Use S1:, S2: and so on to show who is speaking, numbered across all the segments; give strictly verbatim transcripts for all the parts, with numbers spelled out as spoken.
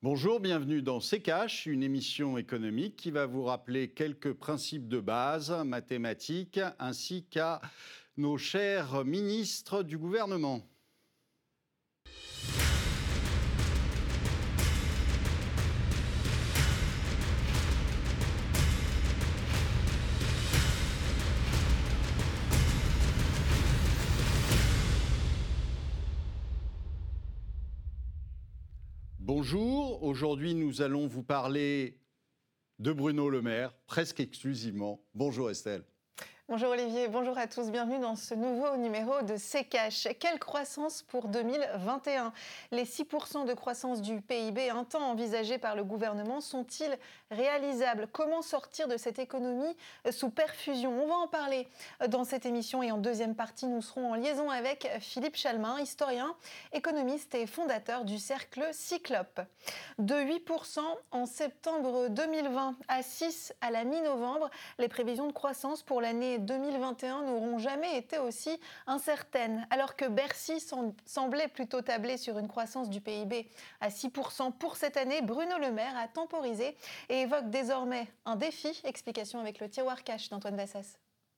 S1: Bonjour, bienvenue dans C Cash, une émission économique qui va vous rappeler quelques principes de base mathématiques ainsi qu'à nos chers ministres du gouvernement. Bonjour, aujourd'hui nous allons vous parler de Bruno Le Maire, presque exclusivement. Bonjour Estelle.
S2: Bonjour Olivier, bonjour à tous, bienvenue dans ce nouveau numéro de C Cash. Quelle croissance pour deux mille vingt et un? Les six pour cent de croissance du P I B, un temps envisagé par le gouvernement, sont-ils réalisables? Comment sortir de cette économie sous perfusion? On va en parler dans cette émission et en deuxième partie, nous serons en liaison avec Philippe Chalmin, historien, économiste et fondateur du Cercle Cyclope. De huit pour cent en septembre deux mille vingt à six pour cent à la mi-novembre, les prévisions de croissance pour l'année deux mille vingt et un n'auront jamais été aussi incertaines. Alors que Bercy semblait plutôt tabler sur une croissance du P I B à six pour cent pour cette année, Bruno Le Maire a temporisé et évoque désormais un défi. Explication avec le tiroir cash d'Antoine Vassas.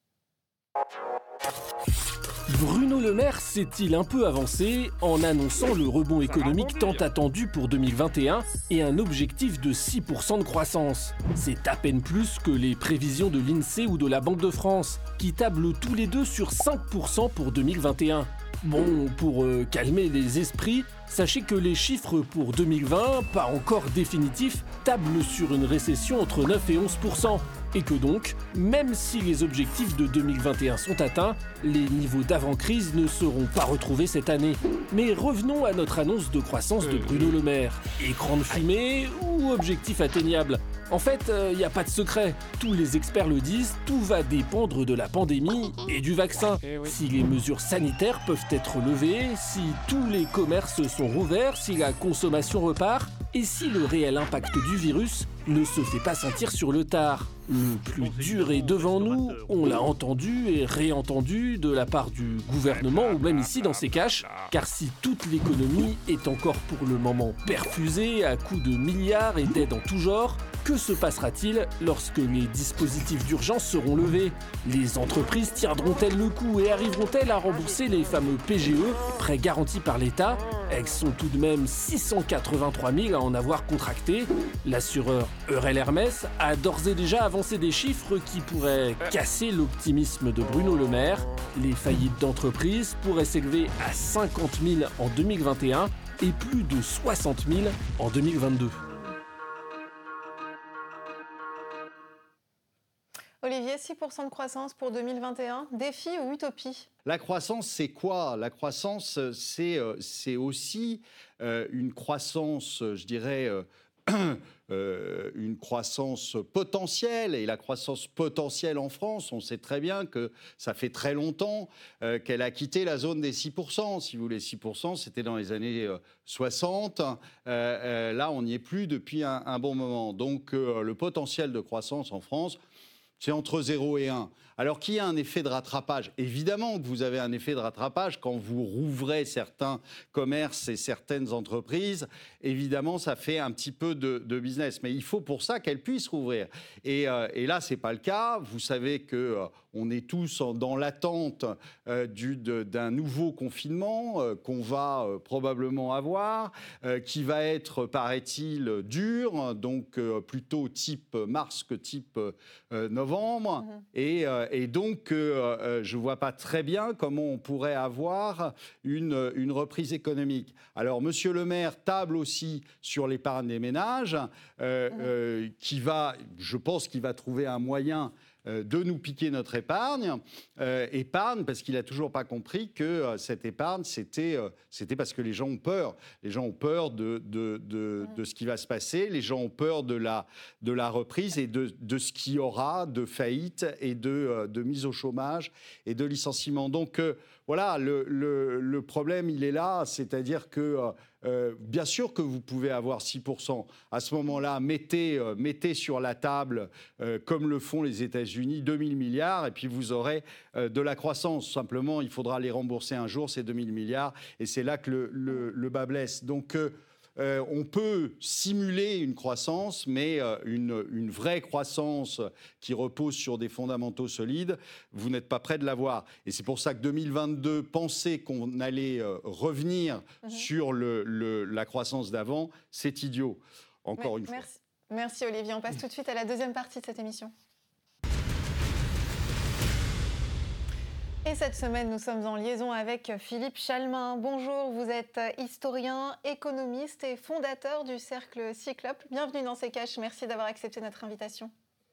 S3: Bruno Le Maire s'est-il un peu avancé en annonçant le rebond économique tant attendu pour deux mille vingt et un et un objectif de six pour cent de croissance? C'est à peine plus que les prévisions de l'INSEE ou de la Banque de France, qui tablent tous les deux sur cinq pour cent pour deux mille vingt et un. Bon, pour euh, calmer les esprits, sachez que les chiffres pour deux mille vingt, pas encore définitifs, tablent sur une récession entre neuf et onze pour cent. Et que donc, même si les objectifs de deux mille vingt et un sont atteints, les niveaux d'avant-crise ne seront pas retrouvés cette année. Mais revenons à notre annonce de croissance de Bruno Le Maire. Écran de fumée ou objectif atteignable? En fait, il euh, n'y a pas de secret. Tous les experts le disent, tout va dépendre de la pandémie et du vaccin. Si les mesures sanitaires peuvent être levées, si tous les commerces sont rouverts, si la consommation repart, et si le réel impact du virus ne se fait pas sentir sur le tard. Le plus dur est devant nous, on l'a entendu et réentendu de la part du gouvernement ou même ici dans C Cash, car si toute l'économie est encore pour le moment perfusée à coups de milliards et d'aides en tout genre, que se passera-t-il lorsque les dispositifs d'urgence seront levés? Les entreprises tiendront-elles le coup et arriveront-elles à rembourser les fameux P G E, prêts garantis par l'État? Elles sont tout de même six cent quatre-vingt-trois mille à en avoir contracté. L'assureur Eurel Hermès a d'ores et déjà avancé des chiffres qui pourraient casser l'optimisme de Bruno Le Maire. Les faillites d'entreprises pourraient s'élever à cinquante mille en deux mille vingt et un et plus de soixante mille en deux mille vingt-deux.
S2: Olivier, six pour cent de croissance pour deux mille vingt et un, défi ou utopie?
S1: La croissance, c'est quoi? La croissance, c'est, euh, c'est aussi euh, une croissance, je dirais, euh, euh, une croissance potentielle. Et la croissance potentielle en France, on sait très bien que ça fait très longtemps euh, qu'elle a quitté la zone des six pour cent. Si vous voulez, six pour cent, c'était dans les années euh, soixante. Euh, euh, là, on n'y est plus depuis un, un bon moment. Donc, euh, le potentiel de croissance en France, c'est entre zéro et un. Alors qu'il y a un effet de rattrapage. Évidemment que vous avez un effet de rattrapage quand vous rouvrez certains commerces et certaines entreprises. Évidemment, ça fait un petit peu de, de business. Mais il faut pour ça qu'elles puissent rouvrir. Et, euh, et là, ce n'est pas le cas. Vous savez qu'on euh, est tous en, dans l'attente euh, du, de, d'un nouveau confinement euh, qu'on va euh, probablement avoir, euh, qui va être, paraît-il, dur, donc euh, plutôt type mars que type euh, novembre. Mmh. Et, euh, et donc, euh, euh, je ne vois pas très bien comment on pourrait avoir une, une reprise économique. Alors, M. Le Maire table aussi sur l'épargne des ménages, euh, mmh. euh, qui va, je pense qu'il va trouver un moyen de nous piquer notre épargne. Euh, épargne, parce qu'il n'a toujours pas compris que euh, cette épargne, c'était, euh, c'était parce que les gens ont peur. Les gens ont peur de, de, de, de ce qui va se passer. Les gens ont peur de la, de la reprise et de, de ce qu'il y aura de faillite et de, euh, de mise au chômage et de licenciement. Donc, euh, voilà, le, le, le problème, il est là. C'est-à-dire que euh, Euh, bien sûr que vous pouvez avoir six pour cent. À ce moment-là, mettez, euh, mettez sur la table, euh, comme le font les États-Unis, deux mille milliards, et puis vous aurez euh, de la croissance. Simplement, il faudra les rembourser un jour, ces deux mille milliards, et c'est là que le, le, le bas blesse. Donc, euh, euh, on peut simuler une croissance, mais euh, une, une vraie croissance qui repose sur des fondamentaux solides, vous n'êtes pas près de l'avoir. Et c'est pour ça que deux mille vingt-deux, penser qu'on allait euh, revenir mmh. sur le, le, la croissance d'avant, c'est idiot, encore mais, une
S2: merci.
S1: fois.
S2: Merci Olivier. On passe tout de suite à la deuxième partie de cette émission. Et cette semaine, nous sommes en liaison avec Philippe Chalmin. Bonjour, vous êtes historien, économiste et fondateur du Cercle Cyclope. Bienvenue dans C Cash. Merci d'avoir accepté notre invitation.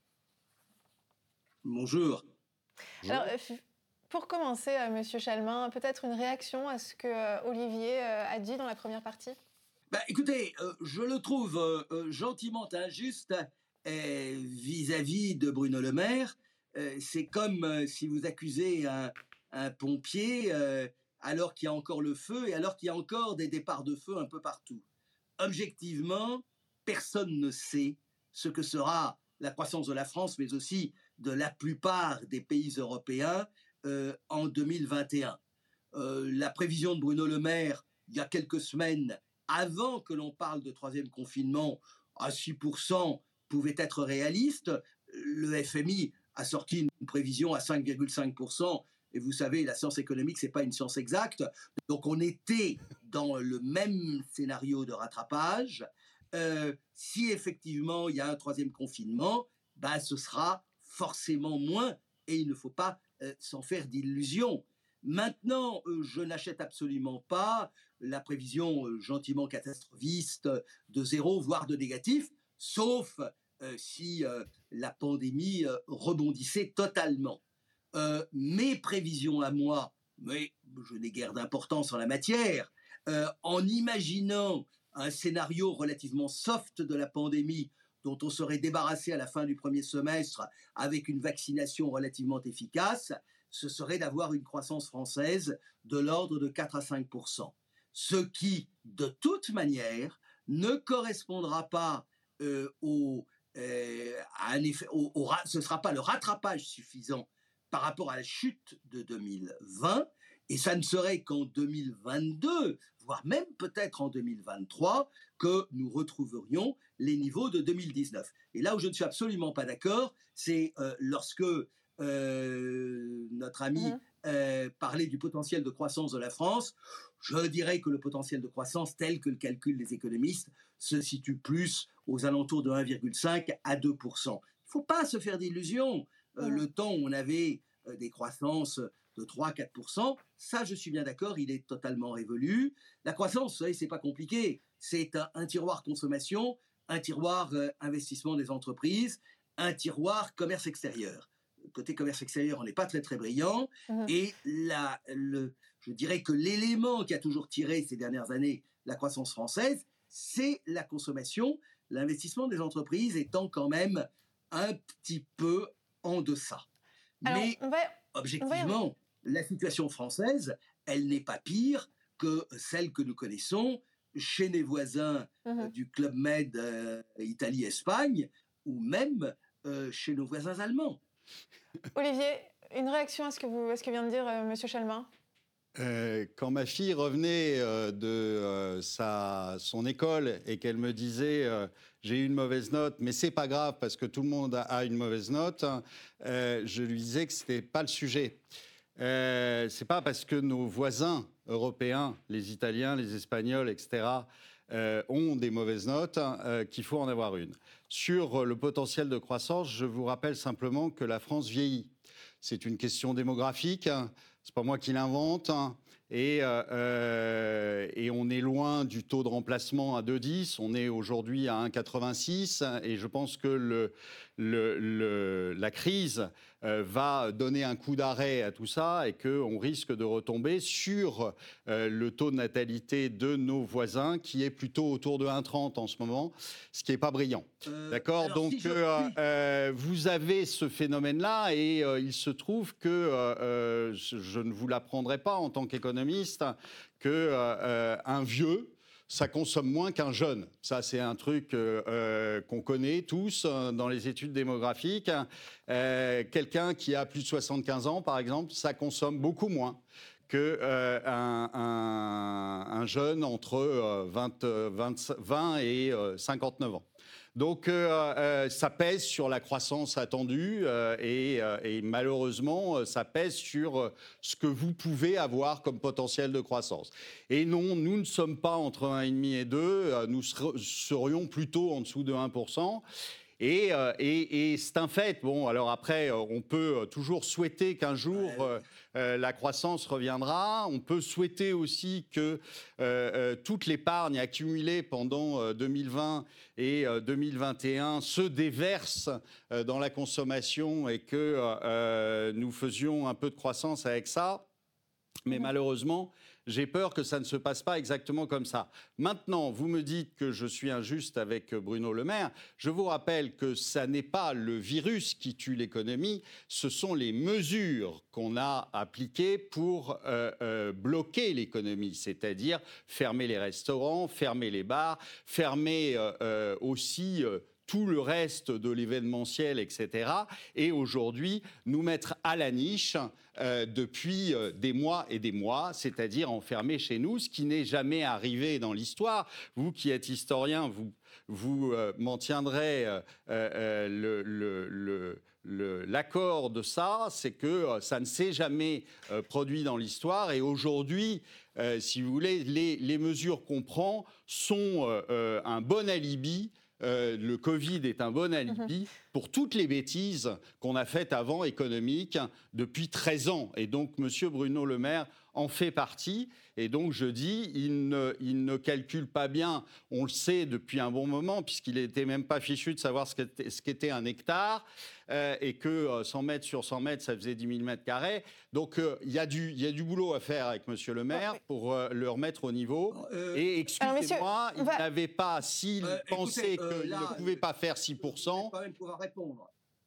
S4: Bonjour.
S2: Alors, pour commencer, Monsieur Chalmin, peut-être une réaction à ce que Olivier a dit dans la première partie ?
S4: Bah, écoutez, euh, je le trouve euh, gentiment injuste euh, vis-à-vis de Bruno Le Maire. Euh, c'est comme euh, si vous accusez un, un pompier euh, alors qu'il y a encore le feu et alors qu'il y a encore des départs de feu un peu partout. Objectivement, personne ne sait ce que sera la croissance de la France, mais aussi de la plupart des pays européens euh, en deux mille vingt et un. Euh, la prévision de Bruno Le Maire, il y a quelques semaines, avant que l'on parle de troisième confinement, à six pour cent pouvait être réaliste. Le F M I a sorti une prévision à cinq virgule cinq pour cent. Et vous savez, la science économique, ce n'est pas une science exacte. Donc, on était dans le même scénario de rattrapage. Euh, si effectivement, il y a un troisième confinement, bah, ce sera forcément moins. Et il ne faut pas euh, s'en faire d'illusions. Maintenant, euh, je n'achète absolument pas la prévision euh, gentiment catastrophiste de zéro, voire de négatif, sauf euh, si euh, la pandémie euh, rebondissait totalement. Euh, mes prévisions à moi, mais je n'ai guère d'importance en la matière, euh, en imaginant un scénario relativement soft de la pandémie dont on serait débarrassé à la fin du premier semestre avec une vaccination relativement efficace, ce serait d'avoir une croissance française de l'ordre de quatre à cinq pour cent. Ce qui, de toute manière, ne correspondra pas euh, au, euh, à un effet, au, au, ce ne sera pas le rattrapage suffisant par rapport à la chute de deux mille vingt, et ça ne serait qu'en deux mille vingt-deux, voire même peut-être en deux mille vingt-trois, que nous retrouverions les niveaux de deux mille dix-neuf. Et là où je ne suis absolument pas d'accord, c'est euh, lorsque euh, notre ami mmh. euh, parlait du potentiel de croissance de la France. Je dirais que le potentiel de croissance tel que le calculent les économistes se situe plus aux alentours de un virgule cinq à deux pour cent. Il ne faut pas se faire d'illusions. Euh, mmh. Le temps où on avait euh, des croissances de trois à quatre pour cent, ça je suis bien d'accord, il est totalement révolu. La croissance, vous savez, c'est pas compliqué. C'est un, un tiroir consommation, un tiroir euh, investissement des entreprises, un tiroir commerce extérieur. Côté commerce extérieur, on n'est pas très très brillant. Mmh. Et la, le, je dirais que l'élément qui a toujours tiré ces dernières années la croissance française, c'est la consommation, l'investissement des entreprises étant quand même un petit peu en deçà.
S2: Alors,
S4: mais
S2: on va,
S4: objectivement,
S2: on va...
S4: la situation française, elle n'est pas pire que celle que nous connaissons chez les voisins mmh. euh, du Club Med euh, Italie-Espagne ou même euh, chez nos voisins allemands.
S2: Olivier, une réaction à ce que, vous, à ce que vient de dire euh, M. Chalmin ?
S1: Euh, quand ma fille revenait euh, de euh, sa, son école et qu'elle me disait euh, j'ai eu une mauvaise note, mais c'est pas grave parce que tout le monde a, a une mauvaise note, euh, je lui disais que c'était pas le sujet. Euh, c'est pas parce que nos voisins européens, les Italiens, les Espagnols, et cetera, euh, ont des mauvaises notes euh, qu'il faut en avoir une. Sur le potentiel de croissance, je vous rappelle simplement que la France vieillit. C'est une question démographique. C'est pas moi qui l'invente. Et, euh, et on est loin du taux de remplacement à deux virgule dix. On est aujourd'hui à un virgule quatre-vingt-six. Et je pense que le, le, le, la crise euh, va donner un coup d'arrêt à tout ça et qu'on risque de retomber sur euh, le taux de natalité de nos voisins qui est plutôt autour de un virgule trente en ce moment, ce qui n'est pas brillant. Euh, D'accord. Donc, si je... euh, euh, vous avez ce phénomène-là et euh, il se trouve que euh, je, je ne vous l'apprendrai pas en tant qu'économiste que euh, un vieux, ça consomme moins qu'un jeune. Ça, c'est un truc euh, qu'on connaît tous euh, dans les études démographiques. Euh, quelqu'un qui a plus de soixante-quinze ans, par exemple, ça consomme beaucoup moins que euh, un, un, un jeune entre euh, vingt, vingt, vingt et euh, cinquante-neuf ans. Donc euh, euh, ça pèse sur la croissance attendue euh, et, euh, et malheureusement ça pèse sur euh, ce que vous pouvez avoir comme potentiel de croissance. Et non, nous ne sommes pas entre un virgule cinq et deux, euh, nous ser- serions plutôt en dessous de un pour cent. Et, euh, et, et c'est un fait. Bon, alors après, euh, on peut toujours souhaiter qu'un jour euh, euh, la croissance reviendra. On peut souhaiter aussi que euh, euh, toute l'épargne accumulée pendant euh, deux mille vingt et euh, deux mille vingt et un se déverse euh, dans la consommation et que euh, nous faisions un peu de croissance avec ça. Mais malheureusement, j'ai peur que ça ne se passe pas exactement comme ça. Maintenant, vous me dites que je suis injuste avec Bruno Le Maire. Je vous rappelle que ça n'est pas le virus qui tue l'économie, ce sont les mesures qu'on a appliquées pour euh, euh, bloquer l'économie, c'est-à-dire fermer les restaurants, fermer les bars, fermer euh, euh, aussi... Euh, tout le reste de l'événementiel, et cetera. Et aujourd'hui, nous mettre à la niche euh, depuis euh, des mois et des mois, c'est-à-dire enfermés chez nous, ce qui n'est jamais arrivé dans l'histoire. Vous qui êtes historien, vous, vous euh, m'en tiendrez euh, euh, le... le, le Le, l'accord de ça, c'est que euh, ça ne s'est jamais euh, produit dans l'histoire. Et aujourd'hui, euh, si vous voulez, les, les mesures qu'on prend sont euh, euh, un bon alibi. Euh, le Covid est un bon alibi pour toutes les bêtises qu'on a faites avant économiques depuis treize ans. Et donc, M. Bruno Le Maire en fait partie. Et donc, je dis, il ne, il ne calcule pas bien, on le sait depuis un bon moment, puisqu'il n'était même pas fichu de savoir ce qu'était, ce qu'était un hectare, euh, et que euh, cent mètres sur cent mètres, ça faisait dix mille mètres carrés. Donc, il euh, y, y a du boulot à faire avec M. Le Maire pour euh, le remettre au niveau. Euh, et excusez-moi, il va... n'avait pas, s'il euh, pensait écoutez, euh, qu'il là, ne pouvait pas faire six pour cent...
S4: Je vais quand même pouvoir répondre.
S1: Pardon ?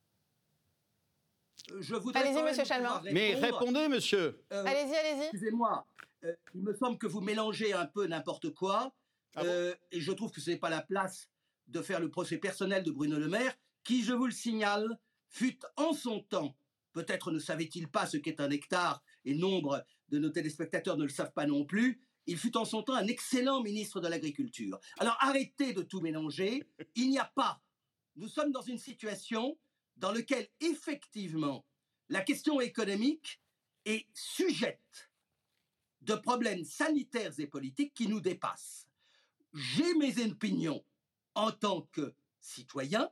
S4: Je voudrais
S2: allez-y, monsieur Chalmin.
S1: Mais répondez, monsieur.
S2: Euh, allez-y, allez-y.
S4: Excusez-moi, euh, il me semble que vous mélangez un peu n'importe quoi. Ah euh, bon et je trouve que ce n'est pas la place de faire le procès personnel de Bruno Le Maire, qui, je vous le signale, fut en son temps, peut-être ne savait-il pas ce qu'est un hectare, et nombre de nos téléspectateurs ne le savent pas non plus, il fut en son temps un excellent ministre de l'Agriculture. Alors arrêtez de tout mélanger, il n'y a pas. Nous sommes dans une situation dans laquelle, effectivement, la question économique est sujette de problèmes sanitaires et politiques qui nous dépassent. J'ai mes opinions en tant que citoyen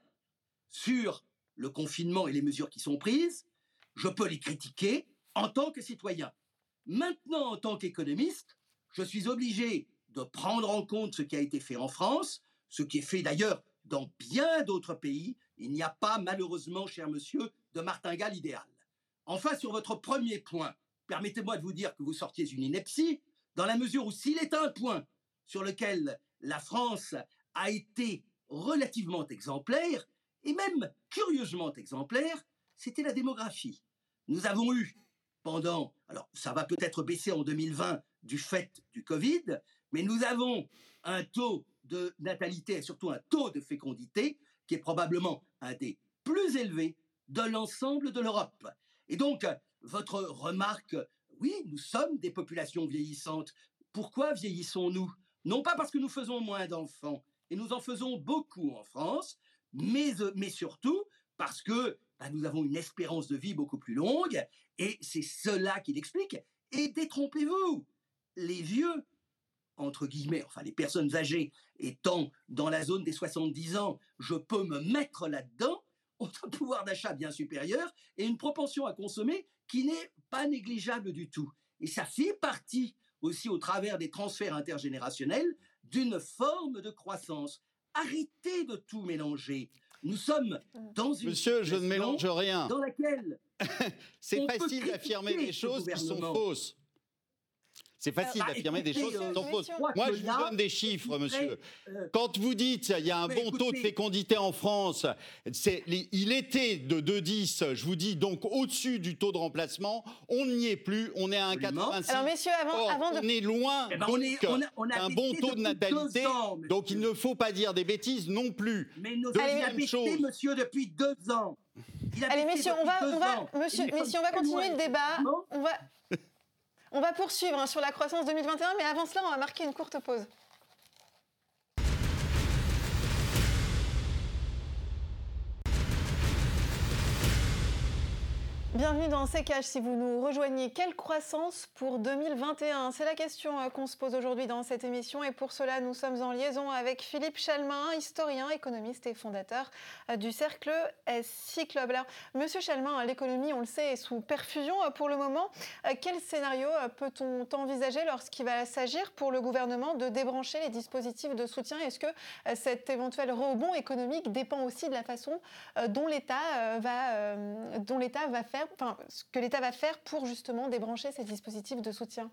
S4: sur le confinement et les mesures qui sont prises. Je peux les critiquer en tant que citoyen. Maintenant, en tant qu'économiste, je suis obligé de prendre en compte ce qui a été fait en France, ce qui est fait d'ailleurs dans bien d'autres pays. Il n'y a pas, malheureusement, cher monsieur, de martingale idéal. Enfin, sur votre premier point, permettez-moi de vous dire que vous sortiez une ineptie, dans la mesure où s'il est un point sur lequel la France a été relativement exemplaire, et même curieusement exemplaire, c'était la démographie. Nous avons eu pendant, alors ça va peut-être baisser en deux mille vingt du fait du Covid, mais nous avons un taux de natalité et surtout un taux de fécondité qui est probablement un des plus élevés de l'ensemble de l'Europe. Et donc, votre remarque, oui, nous sommes des populations vieillissantes. Pourquoi vieillissons-nous ? Non pas parce que nous faisons moins d'enfants, et nous en faisons beaucoup en France, mais, mais surtout parce que bah, nous avons une espérance de vie beaucoup plus longue, et c'est cela qui l'explique. Et détrompez-vous, les vieux, entre guillemets, enfin les personnes âgées étant dans la zone des soixante-dix ans, je peux me mettre là-dedans, ont un pouvoir d'achat bien supérieur et une propension à consommer qui n'est pas négligeable du tout. Et ça fait partie aussi au travers des transferts intergénérationnels d'une forme de croissance. Arrêtez de tout mélanger. Nous sommes dans une
S1: Monsieur, je ne mélange rien.
S4: Dans laquelle
S1: c'est facile d'affirmer des choses qui sont fausses. C'est facile
S4: bah,
S1: d'affirmer
S4: écoutez,
S1: des choses
S4: euh,
S1: qui sont fausses.
S4: Moi,
S1: Moi, je vous donne des chiffres, monsieur. Euh, Quand vous dites qu'il y a un bon écoutez, taux de fécondité en France, c'est, il était de deux virgule dix, je vous dis, donc au-dessus du taux de remplacement. On n'y est plus, on est à un virgule quatre-vingt-six.
S2: Alors, messieurs, avant,
S1: Or,
S2: avant de...
S1: on est loin
S4: eh ben, on est, on a, on a
S1: d'un bon taux de natalité.
S4: Ans,
S1: donc, il ne faut pas dire des bêtises non plus.
S4: Mais nous avons baissé, monsieur, depuis deux ans.
S2: Allez, messieurs, on va, on va, monsieur, messieurs, on va continuer le débat. On va... On va poursuivre hein, sur la croissance deux mille vingt et un, mais avant cela, on va marquer une courte pause. Bienvenue dans C K H, si vous nous rejoignez. Quelle croissance pour deux mille vingt et un? C'est la question qu'on se pose aujourd'hui dans cette émission et pour cela, nous sommes en liaison avec Philippe Chalmin, historien, économiste et fondateur du Cercle Cyclope. Alors, Monsieur Chalmin, l'économie, on le sait, est sous perfusion pour le moment. Quel scénario peut-on envisager lorsqu'il va s'agir pour le gouvernement de débrancher les dispositifs de soutien? Est-ce que cet éventuel rebond économique dépend aussi de la façon dont l'État va, dont l'État va faire Enfin, ce que l'État va faire pour justement débrancher ces dispositifs de soutien?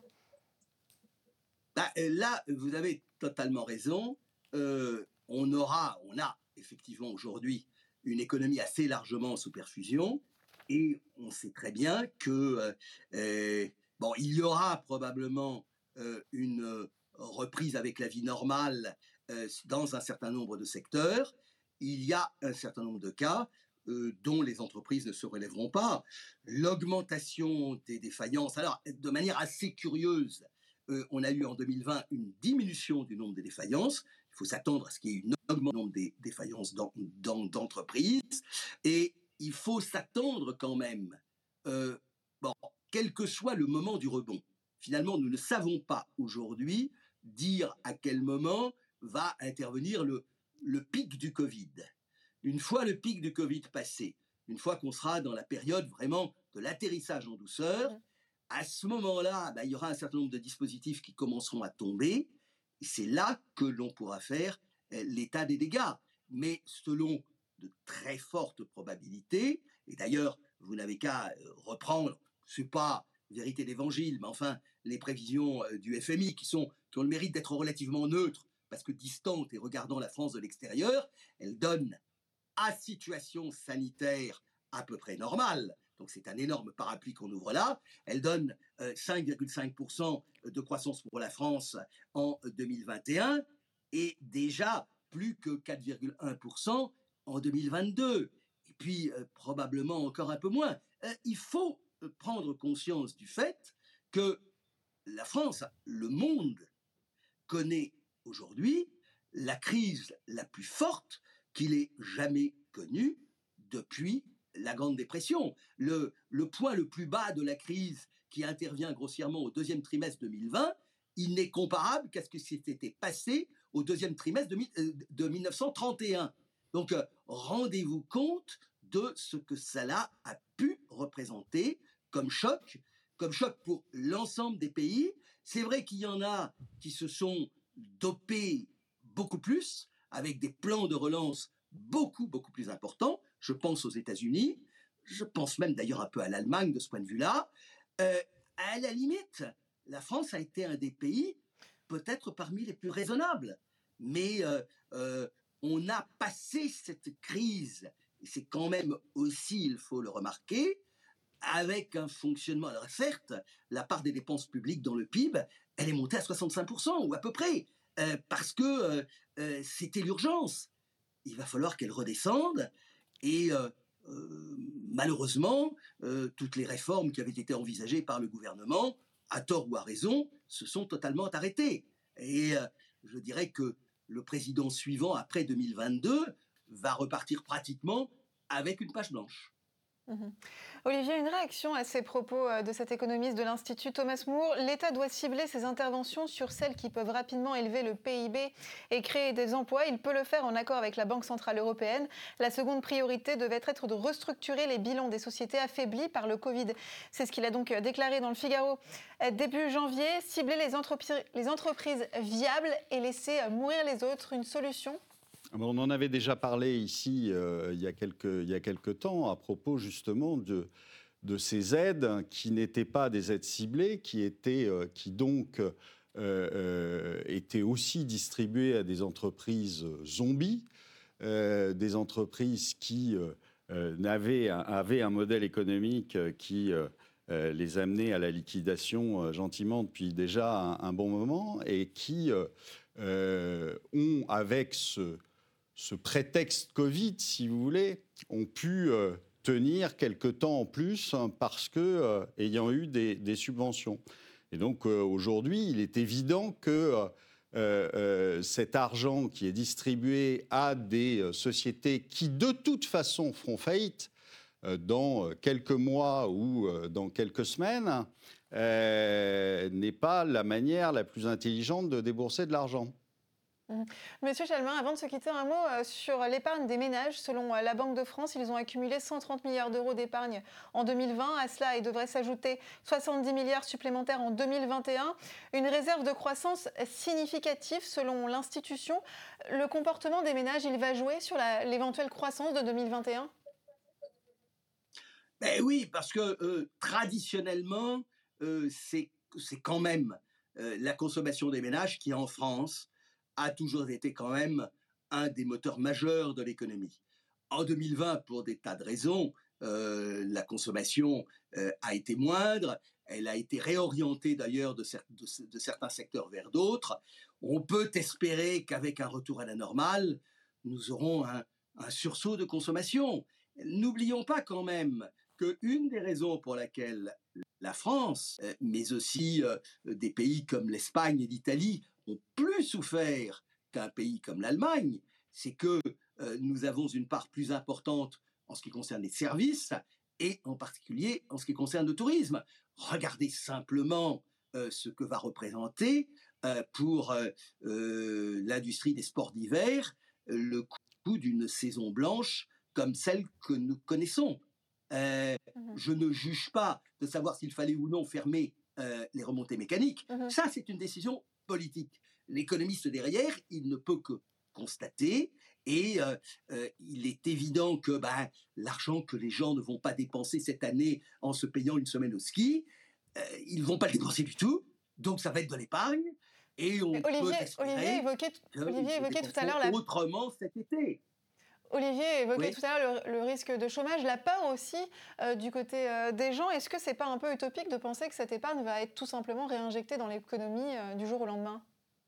S4: Bah, là, vous avez totalement raison. Euh, on aura, on a effectivement aujourd'hui une économie assez largement sous perfusion et on sait très bien que euh, bon, il y aura probablement euh, une reprise avec la vie normale euh, dans un certain nombre de secteurs. Il y a un certain nombre de cas Euh, dont les entreprises ne se relèveront pas. L'augmentation des défaillances, alors de manière assez curieuse, euh, on a eu en deux mille vingt une diminution du nombre des défaillances. Il faut s'attendre à ce qu'il y ait une augmentation du nombre des défaillances dans, dans, d'entreprises. Et il faut s'attendre quand même, euh, bon, quel que soit le moment du rebond. Finalement, nous ne savons pas aujourd'hui dire à quel moment va intervenir le, le pic du Covid. Une fois le pic du Covid passé, une fois qu'on sera dans la période vraiment de l'atterrissage en douceur, à ce moment-là, bah, il y aura un certain nombre de dispositifs qui commenceront à tomber. Et c'est là que l'on pourra faire euh, l'état des dégâts. Mais selon de très fortes probabilités, et d'ailleurs, vous n'avez qu'à euh, reprendre, ce n'est pas vérité d'évangile, mais enfin, les prévisions euh, du F M I qui, sont, qui ont le mérite d'être relativement neutres, parce que distantes et regardant la France de l'extérieur, elles donnent à situation sanitaire à peu près normale, donc c'est un énorme parapluie qu'on ouvre là, elle donne euh, cinq virgule cinq pour cent de croissance pour la France en deux mille vingt et un et déjà plus que quatre virgule un pour cent en deux mille vingt-deux, et puis euh, probablement encore un peu moins. Euh, il faut prendre conscience du fait que la France, le monde, connaît aujourd'hui la crise la plus forte qu'il ait jamais connu depuis la Grande Dépression. Le, le point le plus bas de la crise qui intervient grossièrement au deuxième trimestre deux mille vingt, il n'est comparable qu'à ce qui s'était passé au deuxième trimestre de, de mille neuf cent trente et un. Donc, euh, rendez-vous compte de ce que cela a pu représenter comme choc, comme choc pour l'ensemble des pays. C'est vrai qu'il y en a qui se sont dopés beaucoup plus, avec des plans de relance beaucoup, beaucoup plus importants. Je pense aux États-Unis, je pense même d'ailleurs un peu à l'Allemagne de ce point de vue-là. Euh, à la limite, la France a été un des pays peut-être parmi les plus raisonnables. Mais euh, euh, on a passé cette crise, et c'est quand même aussi, il faut le remarquer, avec un fonctionnement. Alors certes, la part des dépenses publiques dans le P I B, elle est montée à soixante-cinq pour cent ou à peu près, euh, parce que euh, euh, c'était l'urgence. Il va falloir qu'elle redescende et euh, euh, malheureusement, euh, toutes les réformes qui avaient été envisagées par le gouvernement, à tort ou à raison, se sont totalement arrêtées. Et euh, je dirais que le président suivant, après deux mille vingt-deux, va repartir pratiquement avec une page blanche.
S2: Mmh. Olivier, une réaction à ces propos de cet économiste de l'Institut Thomas More. L'État doit cibler ses interventions sur celles qui peuvent rapidement élever le P I B et créer des emplois. Il peut le faire en accord avec la Banque centrale européenne. La seconde priorité devait être de restructurer les bilans des sociétés affaiblies par le Covid. C'est ce qu'il a donc déclaré dans le Figaro début janvier. Cibler les entreprises, les entreprises viables et laisser mourir les autres. Une solution ?
S1: On en avait déjà parlé ici euh, il y a quelques, il y a quelques temps à propos justement de, de ces aides qui n'étaient pas des aides ciblées, qui, étaient, euh, qui donc euh, euh, étaient aussi distribuées à des entreprises zombies, euh, des entreprises qui euh, euh, n'avaient, avaient un modèle économique qui euh, euh, les amenait à la liquidation euh, gentiment depuis déjà un, un bon moment et qui euh, euh, ont, avec ce... ce prétexte Covid, si vous voulez, ont pu euh, tenir quelque temps en plus hein, parce que, euh, ayant eu des, des subventions. Et donc euh, aujourd'hui, il est évident que euh, euh, cet argent qui est distribué à des euh, sociétés qui de toute façon feront faillite euh, dans quelques mois ou euh, dans quelques semaines, euh, n'est pas la manière la plus intelligente de débourser de l'argent.
S2: Mmh. Monsieur Chalmin, avant de se quitter, un mot euh, sur l'épargne des ménages. Selon euh, la Banque de France, ils ont accumulé cent trente milliards d'euros d'épargne en deux mille vingt. À cela, il devrait s'ajouter soixante-dix milliards supplémentaires en deux mille vingt et un. Une réserve de croissance significative selon l'institution. Le comportement des ménages, il va jouer sur la, l'éventuelle croissance de deux mille vingt et un ?
S4: Ben oui, parce que euh, traditionnellement, euh, c'est, c'est quand même euh, la consommation des ménages qui, en France, a toujours été quand même un des moteurs majeurs de l'économie. En deux mille vingt, pour des tas de raisons, euh, la consommation euh, a été moindre, elle a été réorientée d'ailleurs de, cer- de, de certains secteurs vers d'autres. On peut espérer qu'avec un retour à la normale, nous aurons un, un sursaut de consommation. N'oublions pas quand même qu'une des raisons pour laquelle la France, euh, mais aussi euh, des pays comme l'Espagne et l'Italie, ont plus souffert qu'un pays comme l'Allemagne, c'est que euh, nous avons une part plus importante en ce qui concerne les services et en particulier en ce qui concerne le tourisme. Regardez simplement euh, ce que va représenter euh, pour euh, euh, l'industrie des sports d'hiver euh, le coût d'une saison blanche comme celle que nous connaissons. Euh, mmh. Je ne juge pas de savoir s'il fallait ou non fermer euh, les remontées mécaniques. Mmh. Ça, c'est une décision politique. L'économiste derrière, il ne peut que constater, et euh, euh, il est évident que ben, l'argent que les gens ne vont pas dépenser cette année en se payant une semaine au ski, euh, ils ne vont pas le dépenser du tout, donc ça va être de l'épargne, et on
S2: Olivier,
S4: peut espérer
S2: Olivier évoquait, Olivier évoquait tout à l'heure la...
S4: autrement cet été.
S2: Olivier évoquait
S4: oui.
S2: tout à l'heure le, le risque de chômage, la peur aussi euh, du côté euh, des gens. Est-ce que ce n'est pas un peu utopique de penser que cette épargne va être tout simplement réinjectée dans l'économie euh, du jour au lendemain ?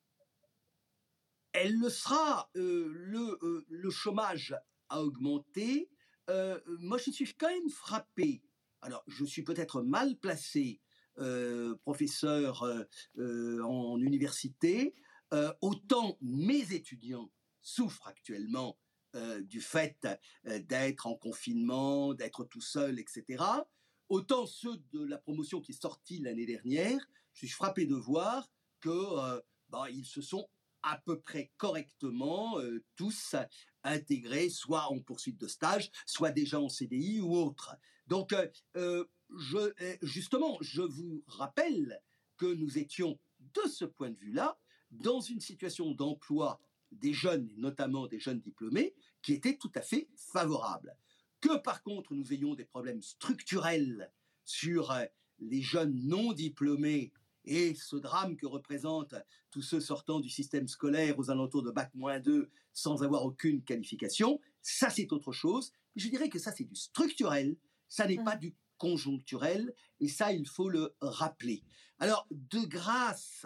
S4: Elle le sera. Euh, le, euh, le chômage a augmenté. Euh, moi, je suis quand même frappé. Alors, je suis peut-être mal placé, euh, professeur euh, euh, en université. Euh, autant mes étudiants souffrent actuellement Euh, du fait euh, d'être en confinement, d'être tout seul, et cetera. Autant ceux de la promotion qui est sortie l'année dernière, je suis frappé de voir que euh, bah, ils se sont à peu près correctement euh, tous intégrés, soit en poursuite de stage, soit déjà en C D I ou autre. Donc, euh, euh, je, justement, je vous rappelle que nous étions, de ce point de vue-là, dans une situation d'emploi des jeunes, notamment des jeunes diplômés, qui étaient tout à fait favorables. Que par contre, nous ayons des problèmes structurels sur les jeunes non diplômés et ce drame que représentent tous ceux sortant du système scolaire aux alentours de bac moins deux sans avoir aucune qualification, ça c'est autre chose. Je dirais que ça c'est du structurel, ça n'est mmh. pas du conjoncturel, et ça il faut le rappeler. Alors, de grâce,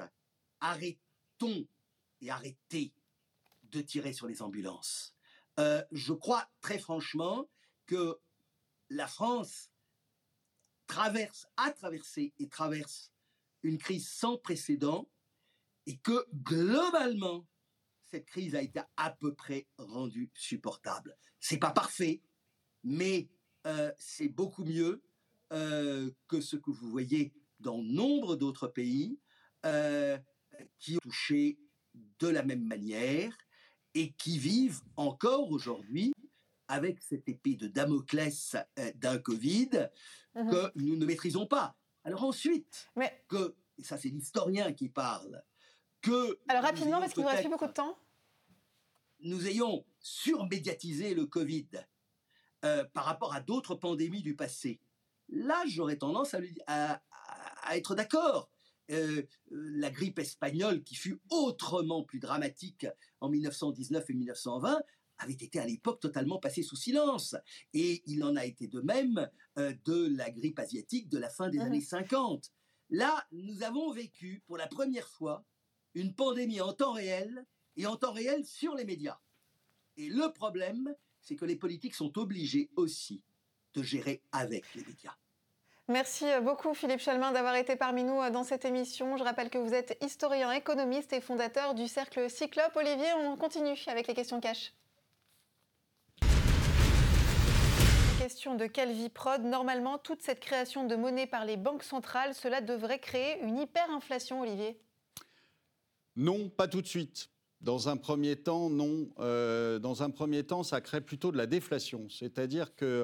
S4: arrêtons et arrêtez de tirer sur les ambulances. Euh, je crois très franchement que la France traverse, a traversé et traverse une crise sans précédent et que globalement, cette crise a été à peu près rendue supportable. C'est pas parfait, mais euh, c'est beaucoup mieux euh, que ce que vous voyez dans nombre d'autres pays euh, qui ont touché de la même manière et qui vivent encore aujourd'hui avec cette épée de Damoclès euh, d'un Covid mmh. que nous ne maîtrisons pas. Alors ensuite, Mais... que, et ça c'est l'historien qui parle, que...
S2: Alors rapidement, parce qu'il ne nous reste plus beaucoup de temps.
S4: Nous ayons surmédiatisé le Covid euh, par rapport à d'autres pandémies du passé. Là, j'aurais tendance à, lui, à, à être d'accord. Euh, la grippe espagnole, qui fut autrement plus dramatique en mille neuf cent dix-neuf et mille neuf cent vingt, avait été à l'époque totalement passée sous silence. Et il en a été de même euh, de la grippe asiatique de la fin des mmh. années cinquante. Là, nous avons vécu pour la première fois une pandémie en temps réel et en temps réel sur les médias. Et le problème, c'est que les politiques sont obligés aussi de gérer avec les médias.
S2: Merci beaucoup Philippe Chalmin d'avoir été parmi nous dans cette émission. Je rappelle que vous êtes historien, économiste et fondateur du Cercle Cyclope. Olivier, on continue avec les questions cash. Question de Calvi Prod. Normalement, toute cette création de monnaie par les banques centrales, cela devrait créer une hyperinflation, Olivier?
S1: Non, pas tout de suite. Dans un premier temps, non. Euh, dans un premier temps, ça crée plutôt de la déflation. C'est-à-dire que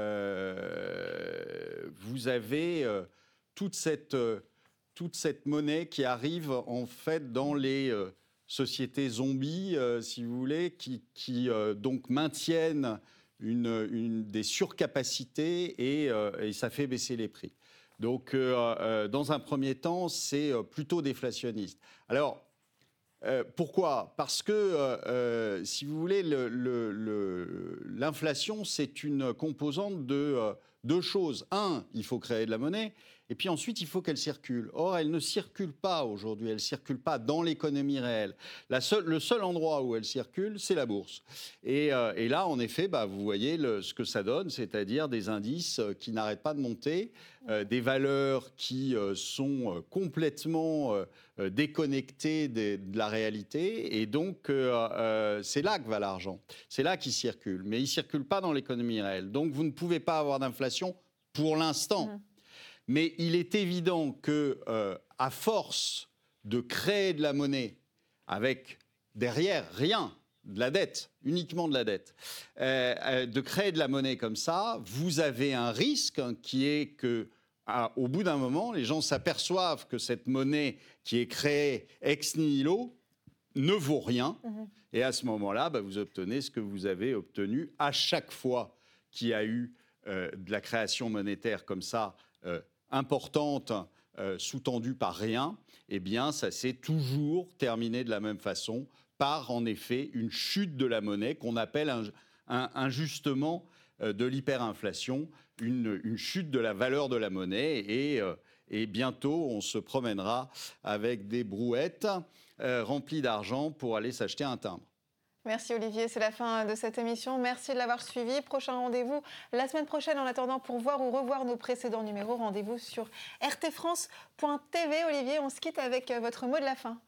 S1: euh, vous avez euh, toute, cette, euh, toute cette monnaie qui arrive en fait dans les euh, sociétés zombies, euh, si vous voulez, qui, qui euh, donc maintiennent une, une, des surcapacités et, euh, et ça fait baisser les prix. Donc, euh, euh, dans un premier temps, c'est plutôt déflationniste. Alors, Euh, pourquoi ? Parce que, euh, si vous voulez, le, le, le, l'inflation, c'est une composante de euh, deux choses. Un, il faut créer de la monnaie, et puis ensuite, il faut qu'elle circule. Or, elle ne circule pas aujourd'hui, elle ne circule pas dans l'économie réelle. La seule, le seul endroit où elle circule, c'est la bourse. Et, euh, et là, en effet, bah, vous voyez le, ce que ça donne, c'est-à-dire des indices qui n'arrêtent pas de monter, euh, des valeurs qui euh, sont complètement euh, déconnectées de, de la réalité. Et donc, euh, euh, c'est là que va l'argent. C'est là qu'il circule. Mais il ne circule pas dans l'économie réelle. Donc, vous ne pouvez pas avoir d'inflation pour l'instant. Mmh. Mais il est évident que, euh, à force de créer de la monnaie avec derrière rien, de la dette, uniquement de la dette, euh, euh, de créer de la monnaie comme ça, vous avez un risque hein, qui est que, à, au bout d'un moment, les gens s'aperçoivent que cette monnaie qui est créée ex nihilo ne vaut rien. Mmh. Et à ce moment-là, bah, vous obtenez ce que vous avez obtenu à chaque fois qu'il y a eu euh, de la création monétaire comme ça, euh, importante, euh, sous-tendue par rien, eh bien, ça s'est toujours terminé de la même façon, par, en effet, une chute de la monnaie qu'on appelle un, un, injustement euh, de l'hyperinflation, une, une chute de la valeur de la monnaie. Et, euh, et bientôt, on se promènera avec des brouettes euh, remplies d'argent pour aller s'acheter un timbre.
S2: Merci Olivier, c'est la fin de cette émission. Merci de l'avoir suivi. Prochain rendez-vous la semaine prochaine. En attendant, pour voir ou revoir nos précédents numéros, rendez-vous sur r t france point t v. Olivier, on se quitte avec votre mot de la fin.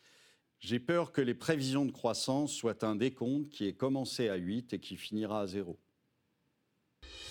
S1: J'ai peur que les prévisions de croissance soient un décompte qui est commencé à huit et qui finira à zéro.